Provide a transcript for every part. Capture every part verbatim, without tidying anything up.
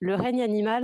Le règne animal,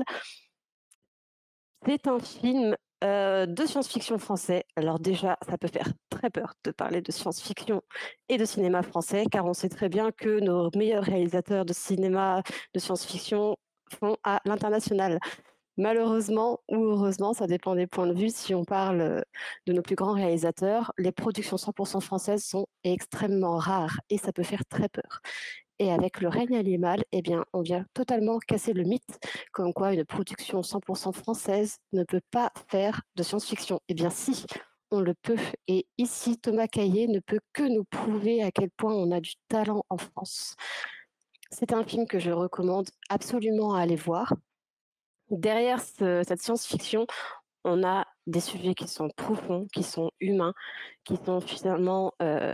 c'est un film, heu, de science-fiction français. Alors déjà, ça peut faire très peur de parler de science-fiction et de cinéma français, car on sait très bien que nos meilleurs réalisateurs de cinéma de science-fiction font à l'international. Malheureusement ou heureusement, ça dépend des points de vue, si on parle, heu, de nos plus grands réalisateurs, les productions cent pour cent françaises sont extrêmement rares et ça peut faire très peur. Et avec Le règne animal, eh bien, on vient totalement casser le mythe comme quoi une production cent pour cent française ne peut pas faire de science-fiction. Eh bien si, on le peut. Et ici, Thomas Caillet ne peut que nous prouver à quel point on a du talent en France. C'est un film que je recommande absolument à aller voir. Derrière ce cette science-fiction, on a des sujets qui sont profonds, qui sont humains, qui sont finalement, heu,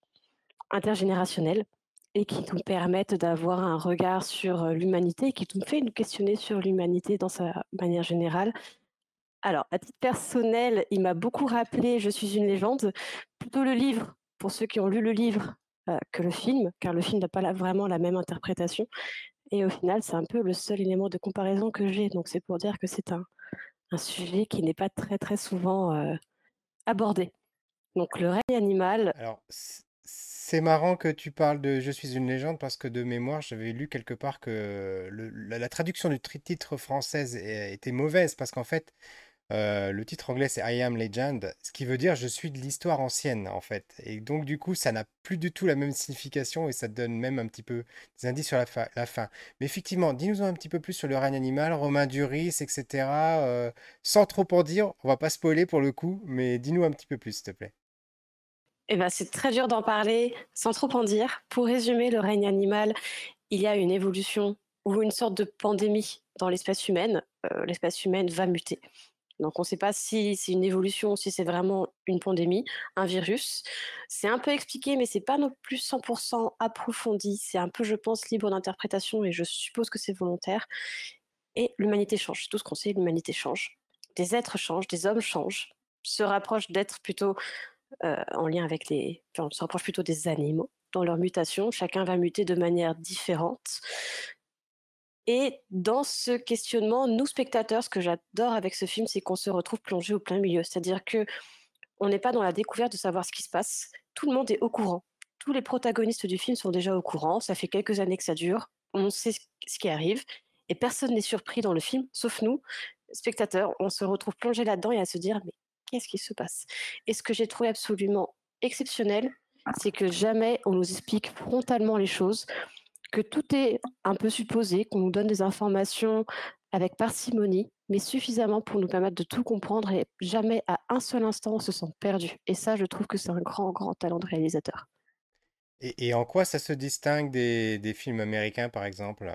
intergénérationnels et qui nous permettent d'avoir un regard sur, heu, l'humanité, qui nous fait nous questionner sur l'humanité dans sa manière générale. Alors, à titre personnel, il m'a beaucoup rappelé «Je suis une légende», plutôt le livre, pour ceux qui ont lu le livre, heu, que le film, car le film n'a pas la vraiment la même interprétation et au final, c'est un peu le seul élément de comparaison que j'ai, donc c'est pour dire que c'est un un sujet qui n'est pas très, très souvent, heu, abordé. Donc le règne animal. Alors, c- c'est marrant que tu parles de Je suis une légende parce que de mémoire, j'avais lu quelque part que le- la, la traduction du tri- titre française est- était mauvaise parce qu'en fait, euh, le titre anglais c'est I Am Legend, ce qui veut dire je suis de l'histoire ancienne en fait. Et donc du coup, ça n'a plus du tout la même signification et ça donne même un petit peu des indices sur la, fa- la fin. Mais effectivement, dis-nous un petit peu plus sur le règne animal, Romain Duris, et cetera euh, sans trop en dire, on va pas spoiler pour le coup, mais dis-nous un petit peu plus s'il te plaît. Eh ben, c'est très dur d'en parler sans trop en dire. Pour résumer, le règne animal, il y a une évolution ou une sorte de pandémie dans l'espèce humaine. Heu, l'espèce humaine va muter. Donc on ne sait pas si c'est une évolution ou si c'est vraiment une pandémie, un virus. C'est un peu expliqué, mais c'est pas non plus cent pour cent approfondi. C'est un peu, je pense, libre d'interprétation et je suppose que c'est volontaire et l'humanité change. C'est tout ce qu'on sait, l'humanité change. Des êtres changent, des hommes changent, se rapprochent d'êtres plutôt heu, en lien avec les enfin, on se rapproche plutôt des animaux dans leur mutation. Chacun va muter de manière différente et dans ce questionnement, nous spectateurs, ce que j'adore avec ce film, c'est qu'on se retrouve plongés au plein milieu. C'est-à-dire qu'on n'est pas dans la découverte de savoir ce qui se passe. Tout le monde est au courant. Tous les protagonistes du film sont déjà au courant. Ça fait quelques années que ça dure. On sait ce ce qui arrive et personne n'est surpris dans le film, sauf nous, spectateurs. On se retrouve plongés là-dedans et à se dire: «Mais qu'est-ce qui se passe?» Et ce que j'ai trouvé absolument exceptionnel, c'est que jamais on nous explique frontalement les choses, que tout est un peu supposé, qu'on nous donne des informations avec parcimonie, mais suffisamment pour nous permettre de tout comprendre et jamais à un seul instant on se sent perdu. Et ça, je trouve que c'est un grand, grand talent de réalisateur. Et, et en quoi ça se distingue des, des films américains, par exemple?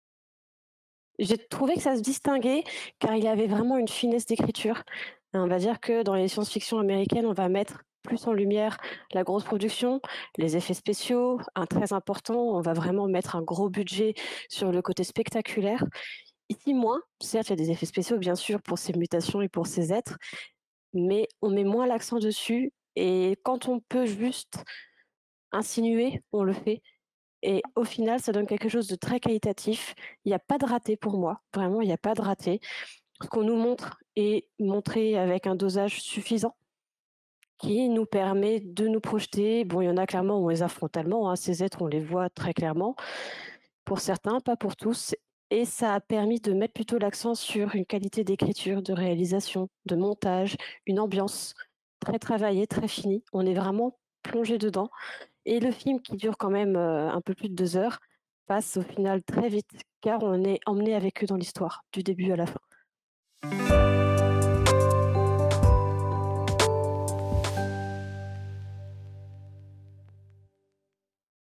J'ai trouvé que ça se distinguait car il y avait vraiment une finesse d'écriture. On va dire que dans les science-fiction américaines, on va mettre plus en lumière la grosse production, les effets spéciaux, un très important, on va vraiment mettre un gros budget sur le côté spectaculaire. Ici, moins. Certes, il y a des effets spéciaux, bien sûr, pour ces mutations et pour ces êtres, mais on met moins l'accent dessus et quand on peut juste insinuer, on le fait et au final, ça donne quelque chose de très qualitatif. Il y a pas de raté pour moi, vraiment, il y a pas de raté. Ce qu'on nous montre est montré avec un dosage suffisant qui nous permet de nous projeter. Bon, il y en a clairement, on les a frontalement, hein, ces êtres, on les voit très clairement. Pour certains, pas pour tous et ça a permis de mettre plutôt l'accent sur une qualité d'écriture, de réalisation, de montage, une ambiance très travaillée, très finie. On est vraiment plongé dedans et le film qui dure quand même, heu, un peu plus de deux heures, passe au final très vite car on est emmené avec eux dans l'histoire, du début à la fin.